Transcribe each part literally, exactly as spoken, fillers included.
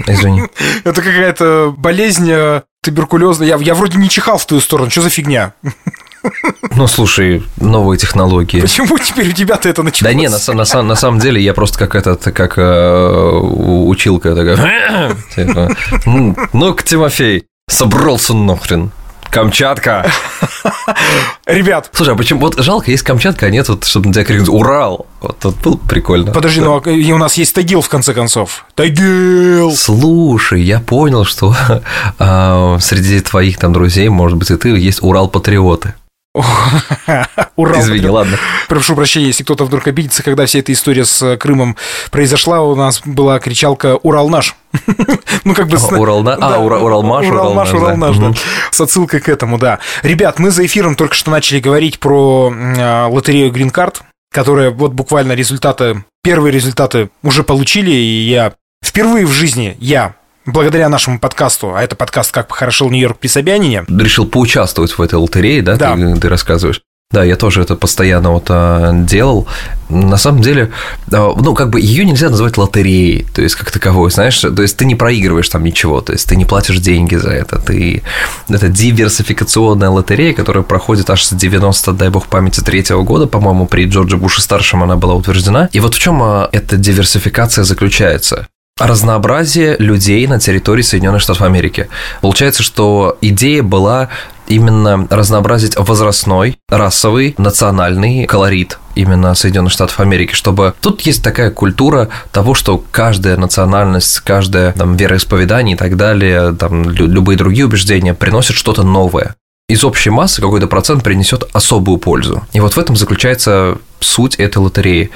Извини. Это какая-то болезнь туберкулезная. Я, я вроде не чихал в твою сторону. Что за фигня? Ну, слушай, новые технологии. Почему теперь у тебя-то это началось? Да не, на, на, на самом деле я просто как этот, как э, училка такая. Типа, ну-ка, Тимофей, собрался нахрен. Камчатка. Ребят. Слушай, а почему вот жалко, есть Камчатка, а нет, вот, чтобы на тебя крикнуть «Урал». Вот это было прикольно. Подожди, да. Ну и у нас есть Тагил, в конце концов. Тагил! Слушай, я понял, что э, среди твоих там друзей, может быть, и ты, есть Урал-патриоты. Урал. Извини, ладно. Прошу прощения, если кто-то вдруг обидится, когда вся эта история с Крымом произошла, у нас была кричалка «Урал наш». Ну, как бы... Урал наш, а, Уралмаш, Уралмаш, Уралнаш, да. С отсылкой к этому, да. Ребят, мы за эфиром только что начали говорить про лотерею Green Card, которая вот буквально результаты, первые результаты уже получили, и я впервые в жизни, я... благодаря нашему подкасту, а это подкаст «Как похорошел Нью-Йорк при Собянине». Решил поучаствовать в этой лотерее, да? Да. Ты, ты рассказываешь. Да, я тоже это постоянно вот а, делал. На самом деле, а, ну, как бы ее нельзя назвать лотереей, то есть, как таковой, знаешь, то есть, ты не проигрываешь там ничего, то есть, ты не платишь деньги за это, ты... Это диверсификационная лотерея, которая проходит аж с девяносто, дай бог памяти, третьего года, по-моему, при Джордже Буше-старшем она была утверждена. И вот в чем эта диверсификация заключается? Разнообразие людей на территории Соединенных Штатов Америки. Получается, что идея была именно разнообразить возрастной, расовый, национальный колорит именно Соединенных Штатов Америки, чтобы тут есть такая культура того, что каждая национальность, каждое там, вероисповедание и так далее, там, любые другие убеждения приносят что-то новое. Из общей массы какой-то процент принесет особую пользу. И вот в этом заключается суть этой лотереи.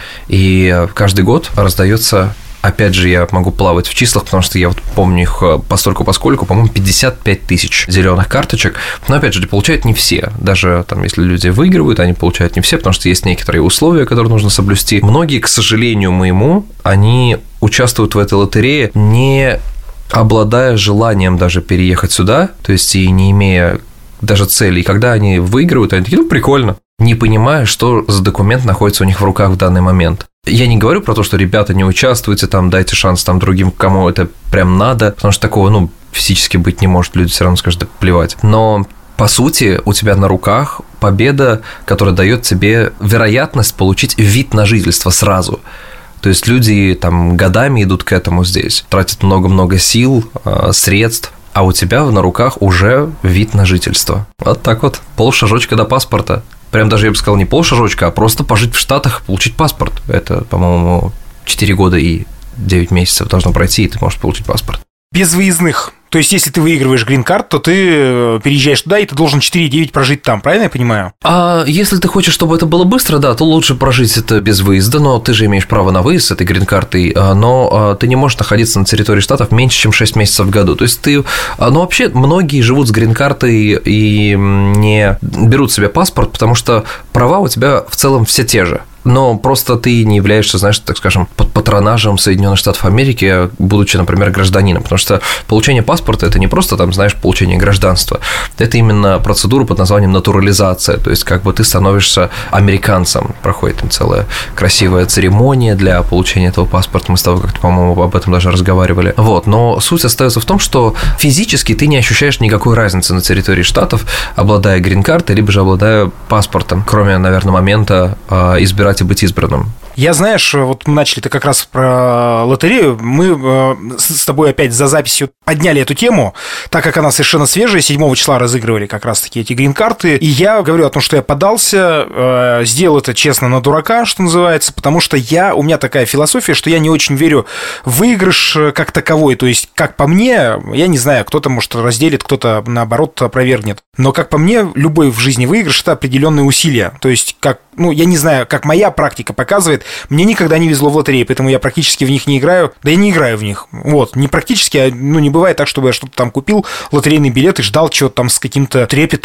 И каждый год раздается. Опять же, я могу плавать в числах, потому что я вот помню их постольку-поскольку, по-моему, пятьдесят пять тысяч зеленых карточек. Но, опять же, получают не все. Даже там, если люди выигрывают, они получают не все, потому что есть некоторые условия, которые нужно соблюсти. Многие, к сожалению моему, они участвуют в этой лотерее, не обладая желанием даже переехать сюда, то есть и не имея даже цели. И когда они выигрывают, они такие, ну, прикольно, не понимая, что за документ находится у них в руках в данный момент. Я не говорю про то, что ребята не участвуйте, там, дайте шанс там другим, кому это прям надо, потому что такого, ну, физически быть не может, люди все равно скажут, да плевать. Но, по сути, у тебя на руках победа, которая дает тебе вероятность получить вид на жительство сразу. То есть люди там годами идут к этому здесь, тратят много-много сил, средств, а у тебя на руках уже вид на жительство. Вот так вот, полшажочка до паспорта. Прям даже, я бы сказал, не полшажочка, а просто пожить в Штатах, получить паспорт. Это, по-моему, четыре года и девять месяцев должно пройти, и ты можешь получить паспорт. Без выездных. То есть, если ты выигрываешь грин-карт, то ты переезжаешь туда, и ты должен четыре девять прожить там, правильно я понимаю? А если ты хочешь, чтобы это было быстро, да, то лучше прожить это без выезда, но ты же имеешь право на выезд с этой грин-картой, но ты не можешь находиться на территории штатов меньше, чем шесть месяцев в году. То есть ты... Ну, вообще, многие живут с грин-картой и не берут себе паспорт, потому что права у тебя в целом все те же. Но просто ты не являешься, знаешь, так скажем, под патронажем Соединенных Штатов Америки, будучи, например, гражданином, потому что получение паспорта – это не просто, там, знаешь, получение гражданства, это именно процедура под названием натурализация, то есть как бы ты становишься американцем, проходит там целая красивая церемония для получения этого паспорта, мы с тобой как-то, по-моему, об этом даже разговаривали, вот, но суть остается в том, что физически ты не ощущаешь никакой разницы на территории штатов, обладая грин-картой, либо же обладая паспортом, кроме, наверное, момента избирать и быть избранным. Я, знаешь, вот мы начали-то как раз про лотерею, мы с тобой опять за записью подняли эту тему, так как она совершенно свежая, седьмого числа разыгрывали как раз-таки эти грин-карты, и я говорю о том, что я подался, сделал это, честно, на дурака, что называется, потому что я, у меня такая философия, что я не очень верю в выигрыш как таковой, то есть, как по мне, я не знаю, кто-то, может, разделит, кто-то, наоборот, опровергнет, но, как по мне, любой в жизни выигрыш – это определенные усилия, то есть, как, ну, я не знаю, как моя практика показывает, мне никогда не везло в лотереи, поэтому я практически в них не играю. Да я не играю в них. Вот, не практически, а, ну, не бывает так, чтобы я что-то там купил, лотерейный билет и ждал чего-то там с каким-то трепетом.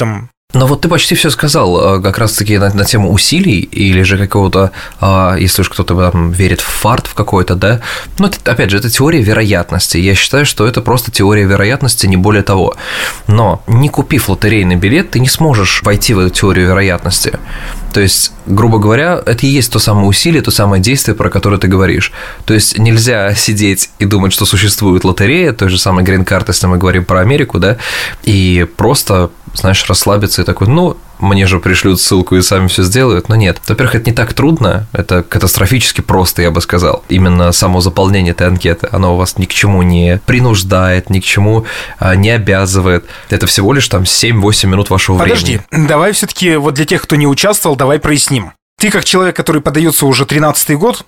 Но вот ты почти все сказал, как раз-таки на, на тему усилий или же какого-то, если уж кто-то там верит в фарт в какой-то, да, ну, это, опять же, это теория вероятности. Я считаю, что это просто теория вероятности, не более того. Но не купив лотерейный билет, ты не сможешь войти в эту теорию вероятности. То есть, грубо говоря, это и есть то самое усилие, то самое действие, про которое ты говоришь. То есть нельзя сидеть и думать, что существует лотерея, той же самой грин-карты, если мы говорим про Америку, да, и просто, знаешь, расслабиться и такой, ну, мне же пришлют ссылку и сами все сделают. Но нет. Во-первых, это не так трудно, это катастрофически просто, я бы сказал. Именно само заполнение этой анкеты, оно вас ни к чему не принуждает, ни к чему не обязывает. Это всего лишь там семь-восемь минут вашего Подожди, времени. Подожди, давай все-таки вот для тех, кто не участвовал, давай проясним. Ты как человек, который подается уже тринадцатый год.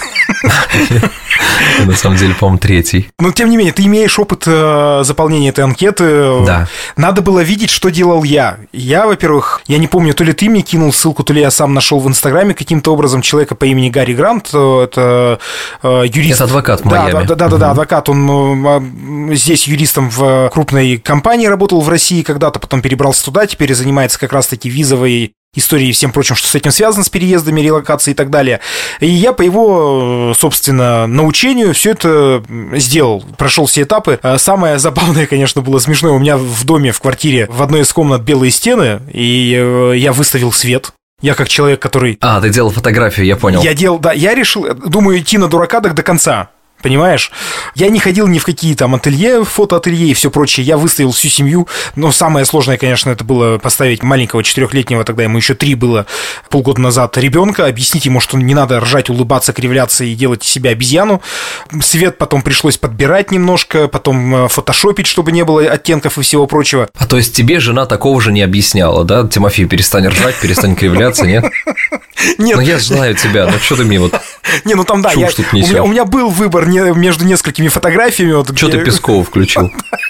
На самом деле, по-моему, третий. Но, тем не менее, ты имеешь опыт заполнения этой анкеты. Да. Надо было видеть, что делал я. Я, во-первых, я не помню, то ли ты мне кинул ссылку, то ли я сам нашел в Инстаграме каким-то образом человека по имени Гарри Грант. Это юрист. Это адвокат в Майами. Да, да, да, да, адвокат. Он здесь юристом в крупной компании работал в России когда-то, потом перебрался туда, теперь занимается как раз-таки визовой истории и всем прочим, что с этим связано, с переездами, релокацией и так далее. И я по его, собственно, научению все это сделал, прошел все этапы. Самое забавное, конечно, было смешное. У меня в доме, в квартире, в одной из комнат белые стены, и я выставил свет. Я как человек, который... А, ты делал фотографию, я понял. Я делал, да, я решил, думаю, идти на дурака так до конца. Понимаешь? Я не ходил ни в какие там ателье, фотоателье и все прочее. Я выставил всю семью. Но самое сложное, конечно, это было поставить маленького четырехлетнего, тогда ему еще три было, полгода назад, ребенка, объяснить ему, что не надо ржать, улыбаться, кривляться и делать из себя обезьяну. Свет потом пришлось подбирать немножко, потом фотошопить, чтобы не было оттенков и всего прочего. А то есть тебе жена такого же не объясняла, да? Тимофей, перестань ржать, перестань кривляться, нет? Нет. Ну я знаю тебя, ну что ты мне вот... Не, ну там да, я, у, меня, у меня был выбор не, между несколькими фотографиями. Вот, что где... ты Пескова включил?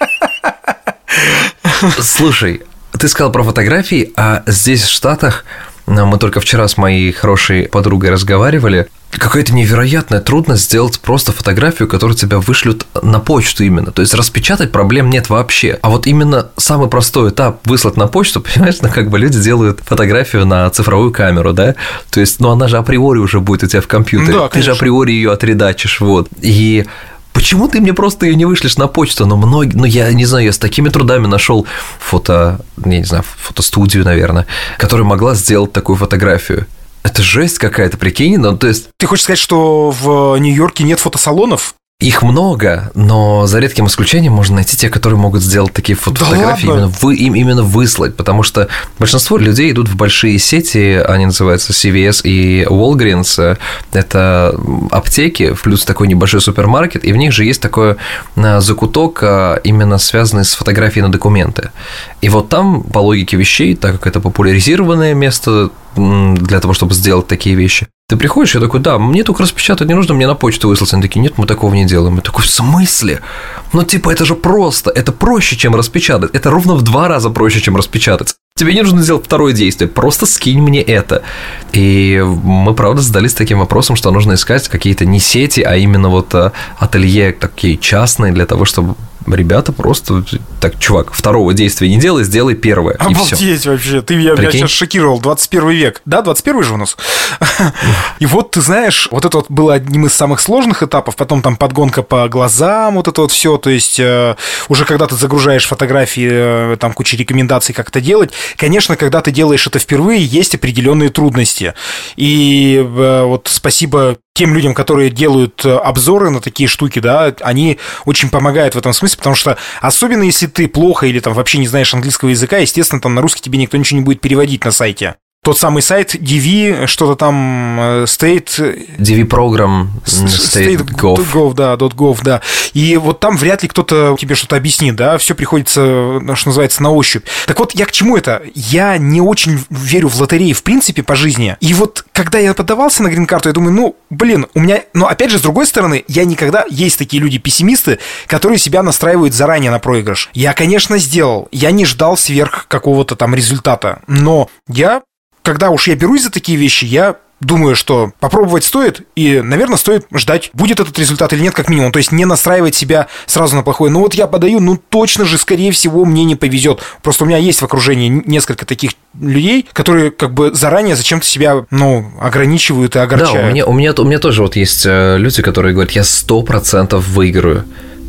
Слушай, ты сказал про фотографии, а здесь в Штатах, мы только вчера с моей хорошей подругой разговаривали, какая-то невероятная трудность сделать просто фотографию, которую тебя вышлют на почту именно. То есть распечатать проблем нет вообще. А вот именно самый простой этап выслать на почту, понимаешь, ну как бы люди делают фотографию на цифровую камеру, да? То есть, ну она же априори уже будет у тебя в компьютере. Да, ты же априори ее отредачишь, вот. И почему ты мне просто ее не вышлешь на почту? Ну, многие, ну, я не знаю, я с такими трудами нашел фото, я не знаю, фотостудию, наверное, которая могла сделать такую фотографию. Это жесть какая-то, прикинь, ну, то есть... Ты хочешь сказать, что в Нью-Йорке нет фотосалонов? Их много, но за редким исключением можно найти те, которые могут сделать такие фотографии, да именно, вы, им, именно выслать, потому что большинство людей идут в большие сети, они называются си ви эс и Walgreens, это аптеки, плюс такой небольшой супермаркет, и в них же есть такой закуток, именно связанный с фотографией на документы. И вот там, по логике вещей, так как это популяризированное место для того, чтобы сделать такие вещи, ты приходишь, я такой, да, мне только распечатать не нужно, мне на почту выслать. Они такие, нет, мы такого не делаем. Я такой, в смысле? Ну, типа, это же просто, это проще, чем распечатать. Это ровно в два раза проще, чем распечатать. Тебе не нужно сделать второе действие, просто скинь мне это. И мы, правда, задались таким вопросом, что нужно искать какие-то не сети, а именно вот ателье такие частные для того, чтобы ребята просто... Так, чувак, второго действия не делай, сделай первое. Обалдеть вообще, ты меня, меня сейчас шокировал. двадцать первый век. Да, двадцать первый же у нас. И вот, ты знаешь, вот это вот было одним из самых сложных этапов, потом там подгонка по глазам, вот это вот все, то есть уже когда ты загружаешь фотографии, там куча рекомендаций, как это делать, конечно, когда ты делаешь это впервые, есть определенные трудности. И вот спасибо тем людям, которые делают обзоры на такие штуки, да, они очень помогают в этом смысле, потому что особенно если ты плохо или там вообще не знаешь английского языка, естественно, там на русский тебе никто ничего не будет переводить на сайте. Тот самый сайт ди ви, что-то там, State... ди ви-программ, State Gov. Да, .gov, да. И вот там вряд ли кто-то тебе что-то объяснит, да, все приходится, что называется, на ощупь. Так вот, я к чему это? Я не очень верю в лотереи, в принципе, по жизни. И вот, когда я подавался на грин-карту, я думаю, ну, блин, у меня... Но, опять же, с другой стороны, я никогда... Есть такие люди-пессимисты, которые себя настраивают заранее на проигрыш. Я, конечно, сделал. Я не ждал сверх какого-то там результата. Но я... Когда уж я берусь за такие вещи, я думаю, что попробовать стоит, и, наверное, стоит ждать, будет этот результат или нет, как минимум. То есть не настраивать себя сразу на плохое. Ну вот я подаю, ну точно же, скорее всего, мне не повезет. Просто у меня есть в окружении несколько таких людей, которые как бы заранее зачем-то себя, ну, ограничивают и огорчают. Да, у меня, у меня, у меня тоже вот есть люди, которые говорят, я сто процентов выиграю.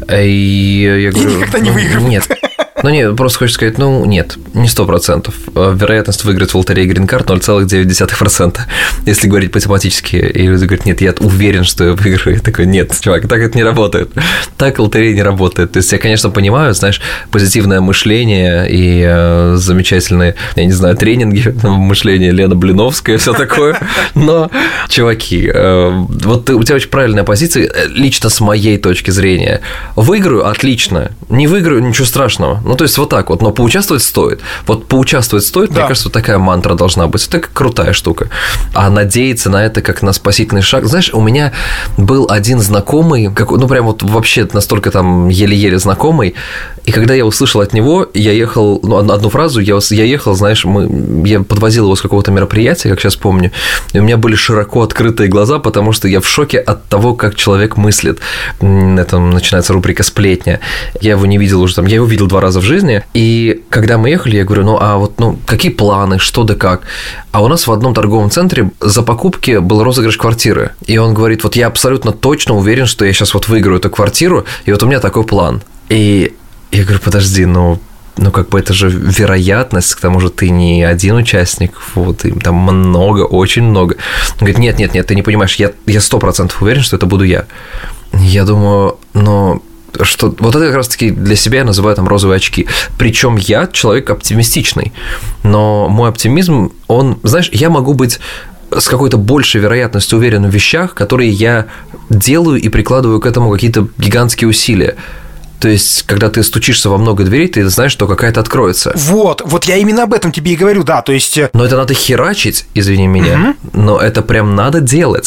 И я говорю, и никогда не выигрывают. Нет. Ну, нет, просто хочешь сказать, ну, нет, не сто процентов. Вероятность выиграть в лотерее грин-карт ноль целых девять десятых процента, если говорить математически. И люди говорят, нет, я уверен, что я выиграю. Я такой, нет, чувак, так это не работает. Так лотерея не работает. То есть я, конечно, понимаю, знаешь, позитивное мышление и э, замечательные, я не знаю, тренинги, мышление Лена Блиновская, все такое. Но, чуваки, э, вот у тебя очень правильная позиция, лично с моей точки зрения. Выиграю – отлично. Не выиграю – ничего страшного. Ну, то есть вот так вот, но поучаствовать стоит. Вот поучаствовать стоит, да. Мне кажется, вот такая мантра должна быть. Это крутая штука. А надеяться на это как на спасительный шаг. Знаешь, у меня был один знакомый, как, ну, прям вот вообще настолько там еле-еле знакомый, и когда я услышал от него, я ехал, ну, одну фразу, я, я ехал, знаешь, мы, я подвозил его с какого-то мероприятия, как сейчас помню, и у меня были широко открытые глаза, потому что я в шоке от того, как человек мыслит. Это начинается рубрика «Сплетня». Я его не видел уже там, я его видел два раза в жизни, и когда мы ехали, я говорю, ну, а вот, ну, какие планы, что да как? А у нас в одном торговом центре за покупки был розыгрыш квартиры, и он говорит, вот я абсолютно точно уверен, что я сейчас вот выиграю эту квартиру, и вот у меня такой план. И я говорю, подожди, ну, ну, как бы это же вероятность, к тому же ты не один участник, вот, им там много, очень много. Он говорит, нет, нет, нет, ты не понимаешь, я сто процентов уверен, что это буду я. Я думаю, ну, что вот это как раз-таки для себя я называю там розовые очки. Причем я человек оптимистичный, но мой оптимизм, он, знаешь, я могу быть с какой-то большей вероятностью уверен в вещах, которые я делаю и прикладываю к этому какие-то гигантские усилия. То есть, когда ты стучишься во много дверей, ты знаешь, что какая-то откроется. Вот, вот я именно об этом тебе и говорю, да, то есть... Но это надо херачить, извини меня, угу. Но это прям надо делать.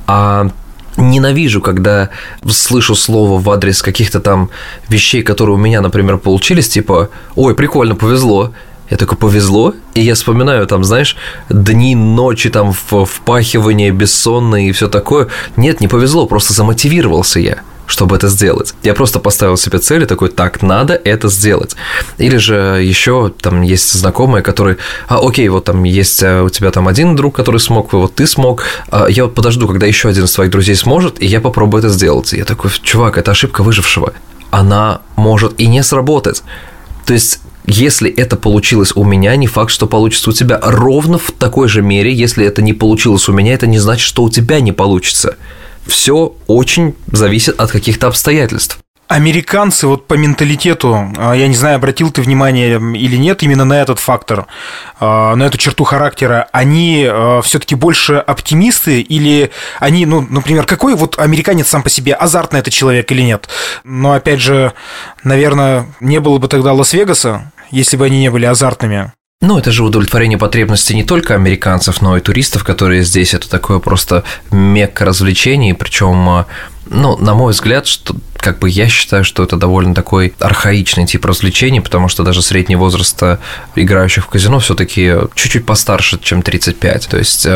А ненавижу, когда слышу слово в адрес каких-то там вещей, которые у меня, например, получились, типа, ой, прикольно, повезло. Я такой, повезло, и я вспоминаю там, знаешь, дни, ночи, там, впахивание бессонное и все такое. Нет, не повезло, просто замотивировался я, чтобы это сделать. Я просто поставил себе цель и такой, так, надо это сделать. Или же еще там есть знакомые, которые, а, окей, вот там есть у тебя там один друг, который смог, вот ты смог, а я вот подожду, когда еще один из твоих друзей сможет, и я попробую это сделать. И я такой, чувак, это ошибка выжившего. Она может и не сработать. То есть... Если это получилось у меня, не факт, что получится у тебя. Ровно в такой же мере, если это не получилось у меня, это не значит, что у тебя не получится. Все очень зависит от каких-то обстоятельств. Американцы вот по менталитету, я не знаю, обратил ты внимание или нет именно на этот фактор, на эту черту характера, они все-таки больше оптимисты или они, ну, например, какой вот американец сам по себе, азартный это человек или нет? Но опять же, наверное, не было бы тогда Лас-Вегаса, если бы они не были азартными. Ну, это же удовлетворение потребностей не только американцев, но и туристов, которые здесь. Это такое просто мекка развлечений, причем, ну, на мой взгляд, что как бы я считаю, что это довольно такой архаичный тип развлечений, потому что даже средний возраст играющих в казино все-таки чуть-чуть постарше, чем тридцать пять. То есть,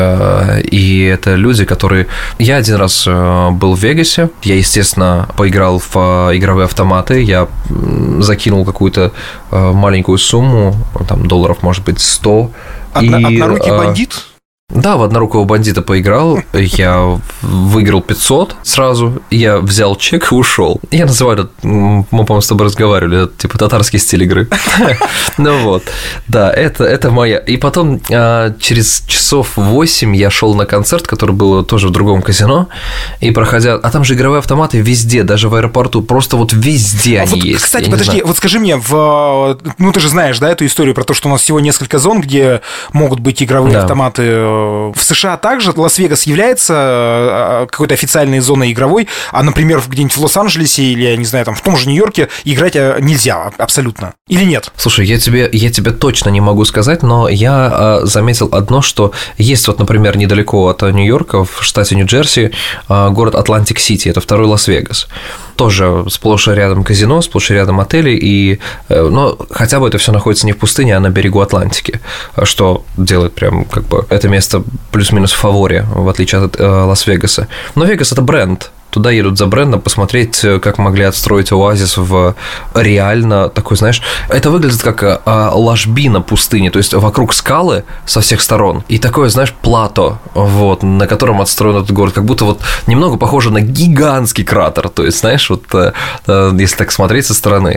и это люди, которые... Я один раз был в Вегасе, я, естественно, поиграл в игровые автоматы, я закинул какую-то маленькую сумму, там, долларов, может быть, сто. Одно, и, однорукий бандит? Да, в однорукого бандита поиграл, я выиграл пятьсот сразу, я взял чек и ушел. Я называю это, мы, по-моему, с тобой разговаривали, это типа татарский стиль игры. Ну вот, да, это, это моя. И потом через часов восемь я шел на концерт, который был тоже в другом казино, и проходя... А там же игровые автоматы везде, даже в аэропорту, просто вот везде а они вот, есть. Кстати, подожди, вот скажи мне, в... ну ты же знаешь, да, эту историю про то, что у нас всего несколько зон, где могут быть игровые да. автоматы. В США также Лас-Вегас является какой-то официальной зоной игровой, а, например, где-нибудь в Лос-Анджелесе или, я не знаю, там в том же Нью-Йорке играть нельзя абсолютно. Или нет? Слушай, я тебе, я тебе точно не могу сказать, но я заметил одно, что есть вот, например, недалеко от Нью-Йорка, в штате Нью-Джерси, город Атлантик-Сити, это второй Лас-Вегас. тоже сплошь и рядом казино, сплошь и рядом отели, и, но хотя бы это все находится не в пустыне, а на берегу Атлантики, что делает прям как бы это место плюс-минус в фаворе, в отличие от Лас-Вегаса. Но Вегас – это бренд. Туда едут за брендом посмотреть, как могли отстроить оазис в реально такой, знаешь, это выглядит как ложбина пустыни, то есть вокруг скалы со всех сторон, и такое, знаешь, плато, вот, на котором отстроен этот город, как будто вот немного похоже на гигантский кратер, то есть, знаешь, вот если так смотреть со стороны.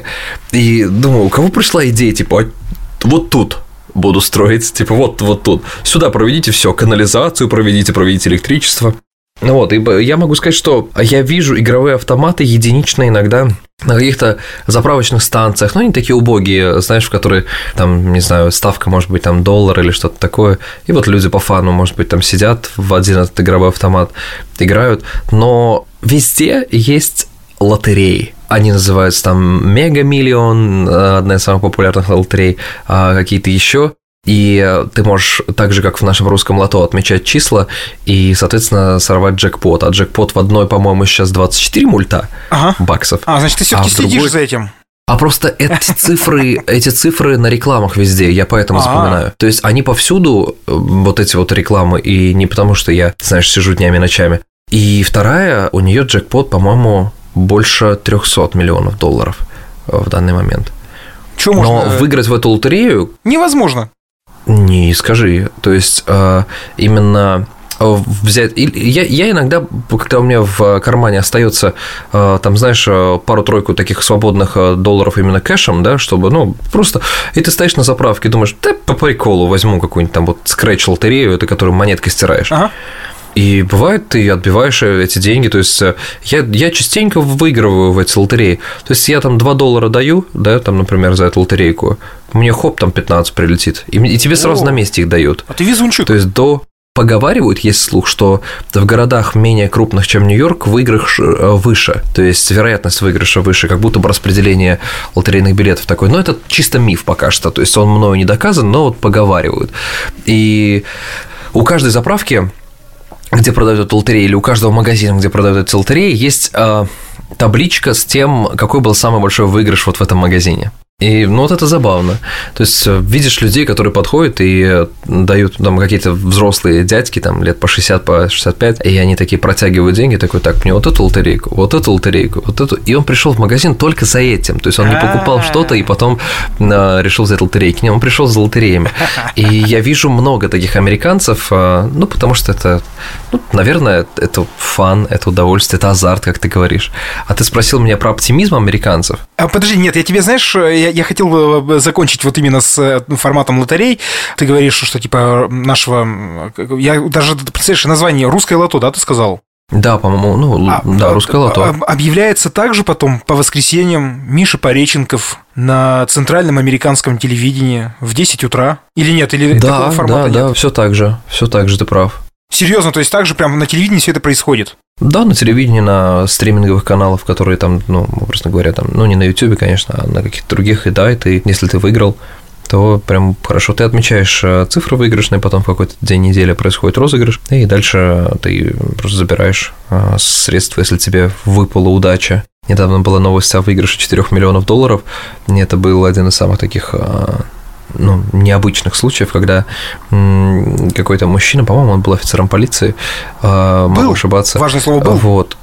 И думаю, у кого пришла идея, типа, вот тут буду строить, типа, вот, вот тут, сюда проведите все, канализацию проведите, проведите электричество. Ну вот, и я могу сказать, что я вижу игровые автоматы единично иногда на каких-то заправочных станциях, но они такие убогие, знаешь, в которые, там, не знаю, ставка может быть там доллар или что-то такое, и вот люди по фану, может быть, там сидят в один этот игровой автомат, играют, но везде есть лотереи. Они называются там Мега Миллион, одна из самых популярных лотерей, а какие-то еще. И ты можешь, так же, как в нашем русском лото, отмечать числа и, соответственно, сорвать джекпот. А джекпот в одной, по-моему, сейчас двадцать четыре мульта ага. баксов. А, значит, ты все-таки а следишь другой... за этим. А просто эти цифры, эти цифры на рекламах везде, я поэтому А-а-а. запоминаю. То есть они повсюду, вот эти вот рекламы, и не потому, что я, знаешь, сижу днями и ночами. И вторая, у нее джекпот, по-моему, больше триста миллионов долларов в данный момент. Чё Но можно... выиграть в эту лотерею... Невозможно. Не скажи, то есть э, именно взять. Я, я иногда, когда у меня в кармане остается, э, там, знаешь, пару-тройку таких свободных долларов именно кэшем, да, чтобы, ну, просто. И ты стоишь на заправке, думаешь, да, по приколу возьму какую-нибудь там вот скретч-лотерею, это которую монеткой стираешь. Ага. И бывает, ты отбиваешь эти деньги, то есть я, я частенько выигрываю в эти лотереи. То есть я там два доллара даю, да, там, например, за эту лотерейку, мне хоп, там пятнадцать прилетит, и, и тебе сразу О, на месте их дают. А ты везунчик. То есть до... Поговаривают, есть слух, что в городах менее крупных, чем Нью-Йорк, выигрыш выше, то есть вероятность выигрыша выше, как будто бы распределение лотерейных билетов такое. Но это чисто миф пока что, то есть он мною не доказан, но вот поговаривают. И у каждой заправки, где продают эту лотерею, или у каждого магазина, где продают эти лотереи, есть э, табличка с тем, какой был самый большой выигрыш вот в этом магазине. И, ну, вот это забавно. То есть, видишь людей, которые подходят и дают там какие-то взрослые дядьки, там, лет по шестьдесят, по шестьдесят пять, и они такие протягивают деньги, такой, так, мне вот эту лотерейку, вот эту лотерейку, вот эту. И он пришел в магазин только за этим. То есть, он не покупал что-то и потом решил взять лотерейки. Не, он пришел за лотереями. И я вижу много таких американцев, ну, потому что это, ну, наверное, это фан, это удовольствие, это азарт, как ты говоришь. А ты спросил меня про оптимизм американцев? А, подожди, нет, я тебе, знаешь, я, я хотел закончить вот именно с форматом лотерей. Ты говоришь, что типа нашего... Я даже, представляешь, название «Русское лото», да, ты сказал? Да, по-моему, ну, а, да, «Русское лото». Объявляется также потом по воскресеньям Миша Пореченков на центральном американском телевидении в десять утра. Или нет? Или да, такого формата да, нет? Да, все так же, все так же, ты прав. Серьезно, то есть так же прямо на телевидении все это происходит? Да, на телевидении, на стриминговых каналах, которые там, ну, образно говоря, там, ну, не на Ютубе, конечно, а на каких-то других, и да, и ты, если ты выиграл, то прям хорошо ты отмечаешь цифры выигрышные, потом в какой-то день недели происходит розыгрыш, и дальше ты просто забираешь средства, если тебе выпала удача. Недавно была новость о выигрыше четырёх миллионов долларов, и это был один из самых таких... ну, необычных случаев, когда какой-то мужчина, по-моему, он был офицером полиции, был, могу ошибаться. Важное слово «был». Вот.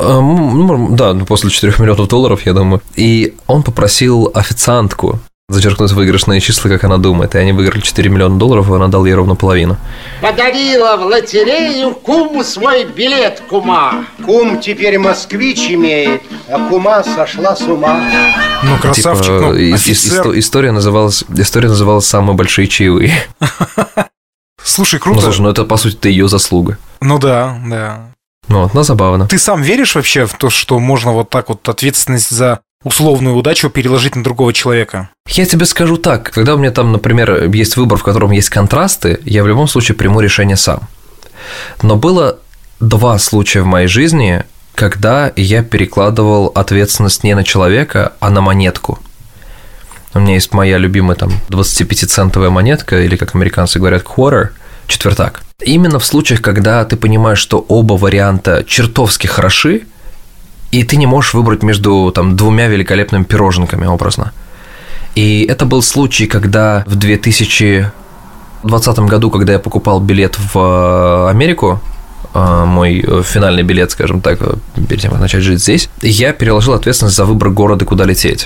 Да, после четырёх миллионов долларов, я думаю. И он попросил официантку зачеркнуть выигрышные числа, как она думает. И они выиграли четыре миллиона долларов, и она дала ей ровно половину. Подарила в лотерею куму свой билет, кума. Кум теперь москвич имеет, а кума сошла с ума. Ну, красавчик, типа, ну, офицер. История называлась, история называлась «Самые большие чаевые». Слушай, круто. Ну, слушай, ну это, по сути, это ее заслуга. Ну да, да. Ну, вот, но забавно. Ты сам веришь вообще в то, что можно вот так вот ответственность за условную удачу переложить на другого человека? Я тебе скажу так, когда у меня там, например, есть выбор, в котором есть контрасты, я в любом случае приму решение сам. Но было два случая в моей жизни, когда я перекладывал ответственность не на человека, а на монетку. У меня есть моя любимая там двадцатипятицентовая монетка, или, как американцы говорят, quarter, четвертак. Именно в случаях, когда ты понимаешь, что оба варианта чертовски хороши, и ты не можешь выбрать между там двумя великолепными пироженками образно. И это был случай, когда в две тысячи двадцатом году, когда я покупал билет в Америку, мой финальный билет, скажем так, перед тем, как начать жить здесь, я переложил ответственность за выбор города, куда лететь.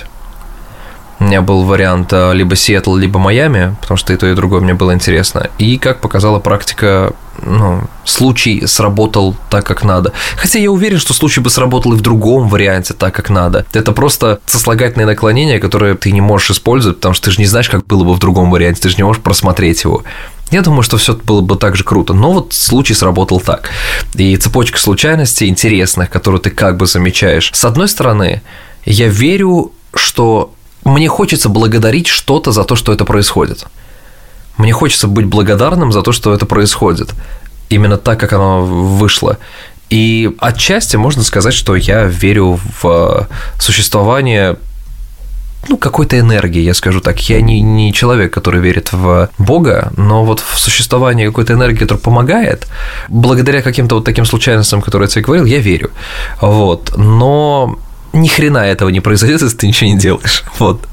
У меня был вариант либо Сиэтл, либо Майами, потому что и то, и другое мне было интересно. И, как показала практика, ну, случай сработал так, как надо. Хотя я уверен, что случай бы сработал и в другом варианте так, как надо. Это просто сослагательное наклонение, которое ты не можешь использовать, потому что ты же не знаешь, как было бы в другом варианте, ты же не можешь просмотреть его. Я думаю, что все было бы так же круто, но вот случай сработал так. И цепочка случайностей интересных, которую ты как бы замечаешь. С одной стороны, я верю, что мне хочется благодарить что-то за то, что это происходит. Мне хочется быть благодарным за то, что это происходит. Именно так, как оно вышло. И отчасти можно сказать, что я верю в существование, ну, какой-то энергии, я скажу так. Я не, не человек, который верит в Бога, но вот в существование какой-то энергии, которая помогает, благодаря каким-то вот таким случайностям, которые я тебе говорил, я верю. Вот. Но ни хрена этого не произойдет, если ты ничего не делаешь. Вот.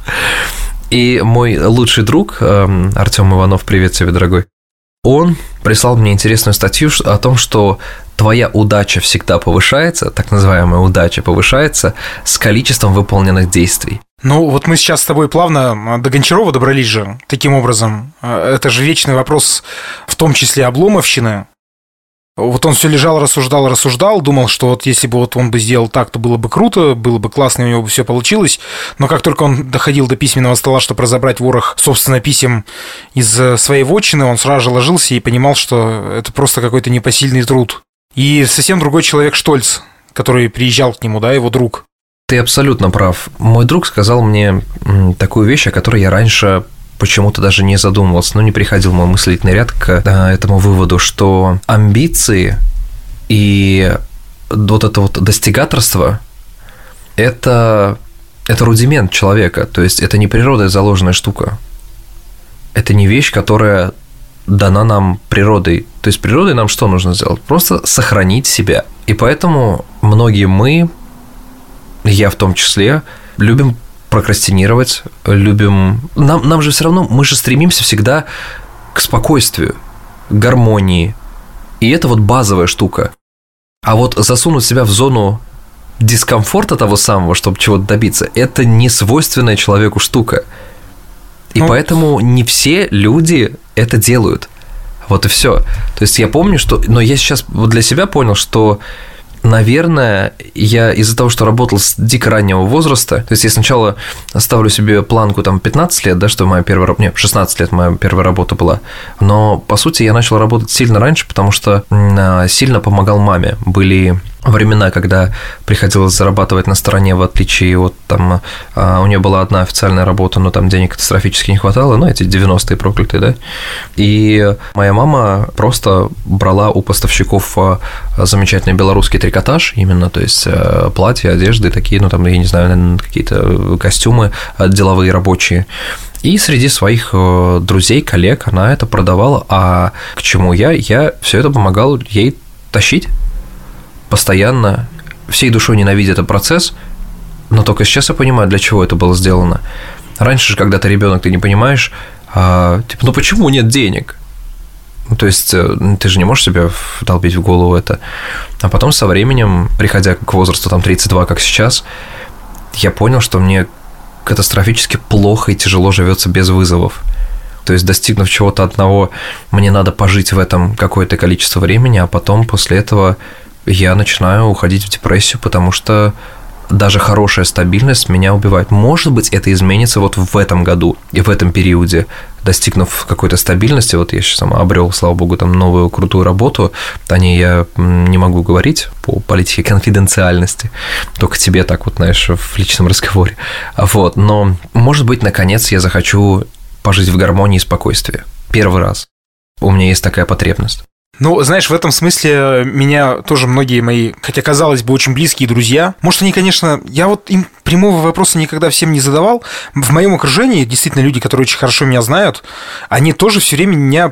И мой лучший друг, Артём Иванов, привет тебе, дорогой, он прислал мне интересную статью о том, что твоя удача всегда повышается, так называемая удача повышается с количеством выполненных действий. Ну, вот мы сейчас с тобой плавно до Гончарова добрались же, таким образом. Это же вечный вопрос, в том числе обломовщины. Вот он все лежал, рассуждал, рассуждал, думал, что вот если бы вот он бы сделал так, то было бы круто, было бы классно, и у него бы все получилось. Но как только он доходил до письменного стола, чтобы разобрать ворох, собственно, писем из своей вотчины, он сразу же ложился и понимал, что это просто какой-то непосильный труд. И совсем другой человек Штольц, который приезжал к нему, да, его друг. Ты абсолютно прав. Мой друг сказал мне такую вещь, о которой я раньше почему-то даже не задумывался, но не приходил мой мыслительный ряд к этому выводу, что амбиции и вот это вот достигаторство – это, это рудимент человека, то есть это не природой заложенная штука, это не вещь, которая дана нам природой. То есть природой нам что нужно сделать? Просто сохранить себя. И поэтому многие мы, я в том числе, любим прокрастинировать, любим... Нам, нам же все равно, мы же стремимся всегда к спокойствию, к гармонии. И это вот базовая штука. А вот засунуть себя в зону дискомфорта того самого, чтобы чего-то добиться, это не свойственная человеку штука. И ну... поэтому не все люди это делают. Вот и все. То есть я помню, что... Но я сейчас вот для себя понял, что... Наверное, я из-за того, что работал с дико раннего возраста, то есть я сначала ставлю себе планку там пятнадцать лет, да, что моя первая работа, нет, шестнадцать лет моя первая работа была, но по сути я начал работать сильно раньше, потому что сильно помогал маме. Были времена, когда приходилось зарабатывать на стороне, в отличие от там, у нее была одна официальная работа, но там денег катастрофически не хватало, ну, эти девяностые проклятые, да, и моя мама просто брала у поставщиков замечательный белорусский трикотаж именно, то есть платья, одежды такие, ну, там, я не знаю, наверное, какие-то костюмы деловые, рабочие. И среди своих друзей, коллег она это продавала, а к чему я? Я все это помогал ей тащить постоянно, всей душой ненавидя этот процесс, но только сейчас я понимаю, для чего это было сделано. Раньше же, когда ты ребенок, ты не понимаешь, а, типа, ну почему нет денег? Ну, то есть ты же не можешь себе долбить в голову это. А потом со временем, приходя к возрасту там тридцать два, как сейчас, я понял, что мне катастрофически плохо и тяжело живется без вызовов. То есть, достигнув чего-то одного, мне надо пожить в этом какое-то количество времени, а потом после этого я начинаю уходить в депрессию, потому что даже хорошая стабильность меня убивает. Может быть, это изменится вот в этом году и в этом периоде, достигнув какой-то стабильности. Вот я сейчас сам обрел, слава богу, там новую крутую работу. О ней я не могу говорить по политике конфиденциальности, только тебе так вот, знаешь, в личном разговоре. Вот, но, может быть, наконец я захочу пожить в гармонии и спокойствии. Первый раз. У меня есть такая потребность. Ну, знаешь, в этом смысле меня тоже многие мои, хотя, казалось бы, очень близкие друзья, может, они, конечно, я вот им прямого вопроса никогда всем не задавал. В моем окружении действительно люди, которые очень хорошо меня знают, они тоже все время меня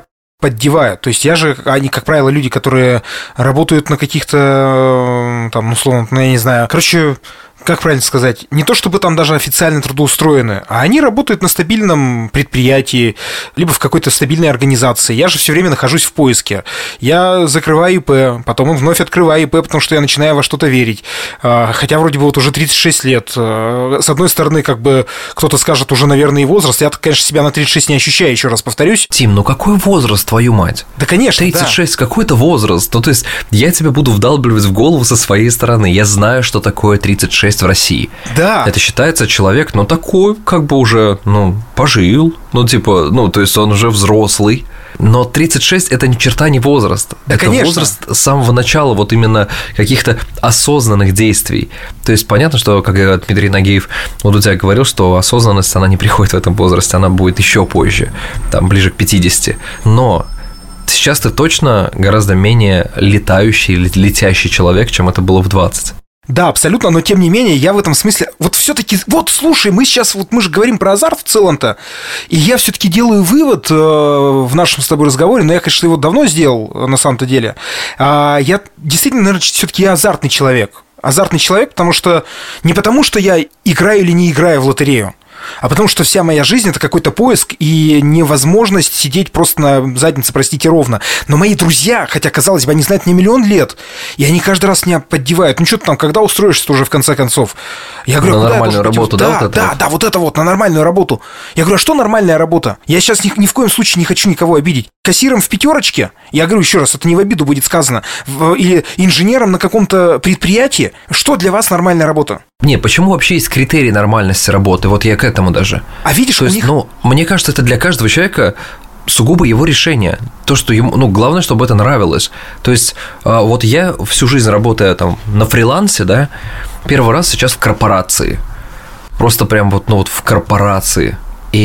поддевают. То есть я же, они, как правило, люди, которые работают на каких-то, там, условно, ну, я не знаю, короче, как правильно сказать, не то чтобы там даже официально трудоустроены, а они работают на стабильном предприятии, либо в какой-то стабильной организации. Я же все время нахожусь в поиске. Я закрываю ИП, потом вновь открываю ИП, потому что я начинаю во что-то верить. Хотя вроде бы вот уже тридцать шесть лет. С одной стороны, как бы кто-то скажет уже, наверное, и возраст. Я, конечно, себя на тридцать шесть не ощущаю, еще раз повторюсь. Тим, ну какой возраст, твою мать? Да, конечно, тридцать шесть, да. Какой-то возраст. Ну, то есть я тебе буду вдалбливать в голову со своей стороны. Я знаю, что такое тридцать шесть в России. Да. Это считается человек, ну, такой, как бы уже, ну, пожил, ну, типа, ну, то есть он уже взрослый. Но тридцать шесть – это ни черта не возраст. Да, это конечно. возраст с самого начала вот именно каких-то осознанных действий. То есть понятно, что, как Дмитрий Нагиев вот у тебя говорил, что осознанность, она не приходит в этом возрасте, она будет еще позже, там, ближе к пятидесяти. Но сейчас ты точно гораздо менее летающий, летящий человек, чем это было в двадцать. Да, абсолютно, но тем не менее, я в этом смысле, вот все-таки, вот слушай, мы сейчас, вот мы же говорим про азарт в целом-то, и я все-таки делаю вывод э, в нашем с тобой разговоре, но я, конечно, его давно сделал на самом-то деле. А, я действительно, наверное, все-таки азартный человек. Азартный человек, потому что не потому, что я играю или не играю в лотерею, а потому что вся моя жизнь – это какой-то поиск и невозможность сидеть просто на заднице, простите, ровно. Но мои друзья, хотя, казалось бы, они знают мне миллион лет, и они каждый раз меня поддевают. Ну, что ты там, когда устроишься уже в конце концов? Я говорю, на а нормальную работу, да? Да, вот да, вот? да, вот это вот, на нормальную работу. Я говорю, а что нормальная работа? Я сейчас ни, ни в коем случае не хочу никого обидеть. Кассиром в пятерочке, я говорю еще раз, это не в обиду будет сказано, в, или инженером на каком-то предприятии. Что для вас нормальная работа? Не, почему вообще есть критерий нормальности работы? Вот я к этому даже. А видишь, То у есть, них... ну, мне кажется, это для каждого человека сугубо его решение. То, что ему, ну, главное, чтобы это нравилось. То есть, вот я всю жизнь работаю там на фрилансе, да, первый раз сейчас в корпорации. Просто прям вот, ну, вот в корпорации.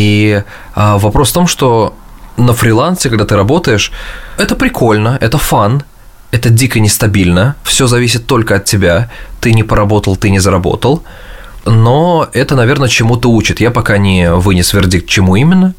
И а, вопрос в том, что на фрилансе, когда ты работаешь, это прикольно, это фан. Это дико нестабильно, все зависит только от тебя, ты не поработал, ты не заработал, но это, наверное, чему-то учит. Я пока не вынес вердикт, чему именно,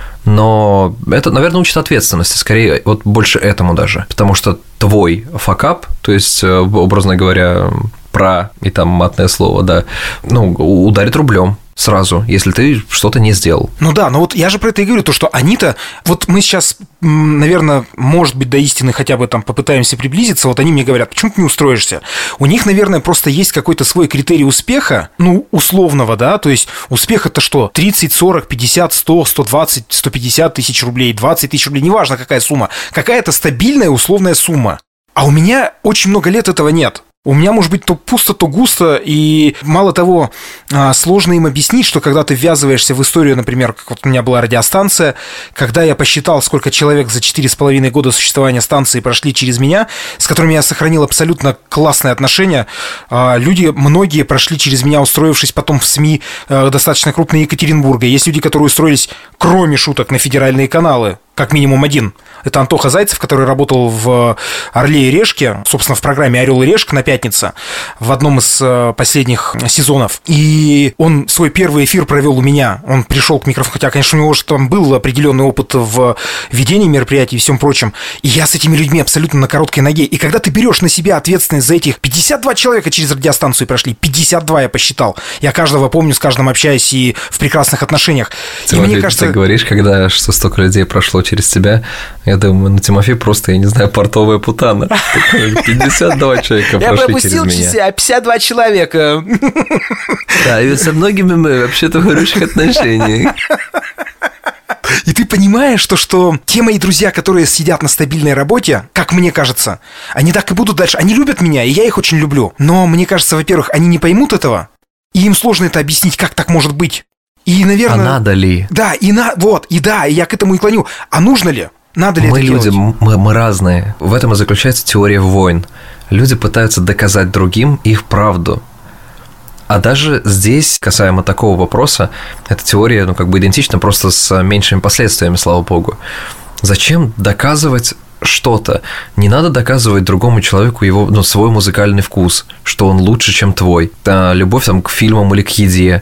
но это, наверное, учит ответственности, скорее, вот больше этому даже, потому что твой факап, то есть, образно говоря, про и там матное слово, да, ну, ударит рублем сразу, если ты что-то не сделал. Ну да, но вот я же про это и говорю, то, что они-то, вот мы сейчас, наверное, может быть, до истины хотя бы там попытаемся приблизиться, вот они мне говорят, почему ты не устроишься? У них, наверное, просто есть какой-то свой критерий успеха, ну, условного, да, то есть успех это что? тридцать, сорок, пятьдесят, сто, сто двадцать, сто пятьдесят тысяч рублей, двадцать тысяч рублей, неважно какая сумма, какая-то стабильная условная сумма. А у меня очень много лет этого нет. У меня может быть то пусто, то густо, и мало того, сложно им объяснить, что когда ты ввязываешься в историю, например, как вот у меня была радиостанция, когда я посчитал, сколько человек за четыре с половиной года существования станции прошли через меня, с которыми я сохранил абсолютно классные отношения, люди, многие прошли через меня, устроившись потом в СМИ достаточно крупные Екатеринбурга. Есть люди, которые устроились, кроме шуток, на федеральные каналы, как минимум один. Это Антоха Зайцев, который работал в «Орле и Решке», собственно, в программе «Орел и Решка» на пятнице, в одном из последних сезонов. И он свой первый эфир провел у меня. Он пришел к микрофону, хотя, конечно, у него уже там был определенный опыт в ведении мероприятий и всем прочем. И я с этими людьми абсолютно на короткой ноге. И когда ты берешь на себя ответственность за этих пятьдесят два человека через радиостанцию прошли, пятьдесят два я посчитал. Я каждого помню, с каждым общаюсь и в прекрасных отношениях. Ты, и мне кажется... ты говоришь, когда что столько людей прошло через тебя, я думаю, ну, Тимофей просто, я не знаю, портовая путана. пятьдесят два человека прошли через меня. Я пропустил пятьдесят два человека. Да, и со многими мы вообще-то в хороших отношениях. И ты понимаешь, то, что те мои друзья, которые сидят на стабильной работе, как мне кажется, они так и будут дальше. Они любят меня, и я их очень люблю. Но мне кажется, во-первых, они не поймут этого, и им сложно это объяснить, как так может быть. И, наверное... А надо ли? Да, и на... вот, и да, и я к этому и клоню. А нужно ли? Надо ли мы это люди, делать? Мы, мы разные. В этом и заключается теория войн. Люди пытаются доказать другим их правду. А даже здесь, касаемо такого вопроса, эта теория, ну, как бы идентична, просто с меньшими последствиями, слава богу. Зачем доказывать что-то? Не надо доказывать другому человеку его, ну, свой музыкальный вкус, что он лучше, чем твой. А, любовь там к фильмам или к еде.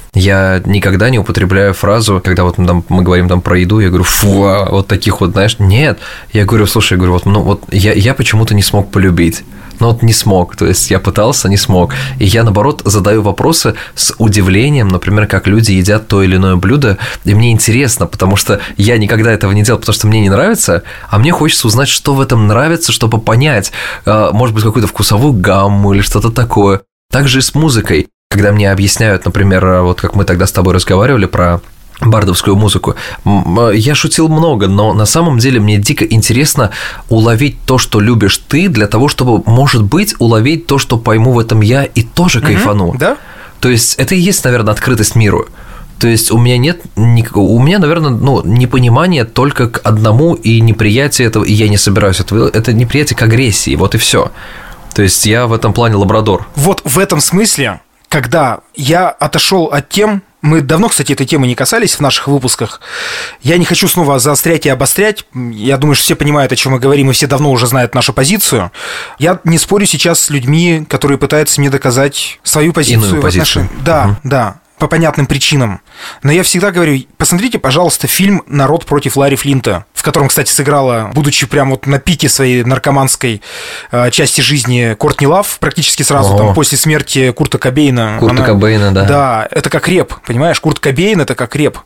Я никогда не употребляю фразу, когда вот там, мы говорим там про еду, я говорю, фу, а вот таких вот, знаешь, нет. Я говорю, слушай, я говорю, вот, ну вот я, я почему-то не смог полюбить. Ну вот не смог, то есть я пытался, не смог. И я, наоборот, задаю вопросы с удивлением, например, как люди едят то или иное блюдо, и мне интересно, потому что я никогда этого не делал, потому что мне не нравится, а мне хочется узнать, что в этом нравится, чтобы понять, может быть, какую-то вкусовую гамму или что-то такое. Также и с музыкой. Когда мне объясняют, например, вот как мы тогда с тобой разговаривали про бардовскую музыку. Я шутил много, но на самом деле мне дико интересно уловить то, что любишь ты, для того, чтобы, может быть, уловить то, что пойму в этом я, и тоже кайфану. Mm-hmm, да? То есть это и есть, наверное, открытость миру. То есть у меня нет никакого, у меня, наверное, ну, непонимание только к одному и неприятие этого, и я не собираюсь этого, это неприятие к агрессии, вот и все. То есть я в этом плане лабрадор. Вот в этом смысле, когда я отошел от тем, мы давно, кстати, этой темы не касались в наших выпусках. Я не хочу снова заострять и обострять. Я думаю, что все понимают, о чем мы говорим, и все давно уже знают нашу позицию. Я не спорю сейчас с людьми, которые пытаются мне доказать свою позицию. Иную позицию. Отнош... Да, угу. да. По понятным причинам. Но я всегда говорю, посмотрите, пожалуйста, фильм «Народ против Ларри Флинта», в котором, кстати, сыграла, будучи прям вот на пике своей наркоманской э, части жизни, Кортни Лав, практически сразу там, после смерти Курта Кобейна. Курта она... Кобейна, да. Да, это как рэп, понимаешь? Курт Кобейн – это как рэп.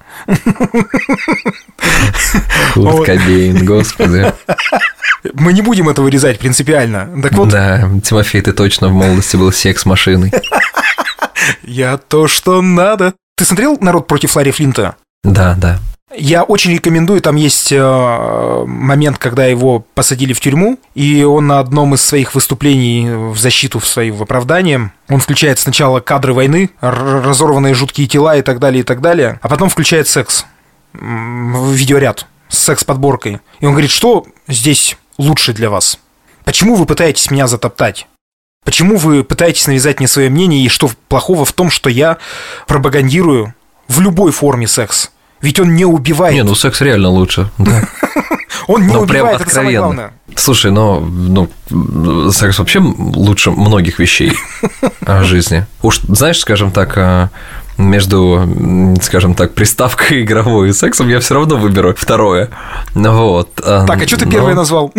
Курт Кобейн, господи. Мы не будем это вырезать принципиально. Так вот... Да, Тимофей, ты точно в молодости был секс-машиной. Я то, что надо. Ты смотрел «Народ против Ларри Флинта»? Да, да. Я очень рекомендую, там есть э, момент, когда его посадили в тюрьму, и он на одном из своих выступлений в защиту, в свои в оправдание, он включает сначала кадры войны, разорванные жуткие тела и так далее, и так далее, а потом включает секс, видеоряд с секс-подборкой. И он говорит, что здесь лучше для вас? Почему вы пытаетесь меня затоптать? Почему вы пытаетесь навязать мне свое мнение, и что плохого в том, что я пропагандирую в любой форме секс? Ведь он не убивает. Не, ну секс реально лучше. Да. Он не но убивает, это самое главное. Слушай, ну, ну, секс вообще лучше многих вещей о жизни. Уж, знаешь, скажем так, между, скажем так, приставкой игровой и сексом я все равно выберу второе. Вот. Так, а что ты первое назвал?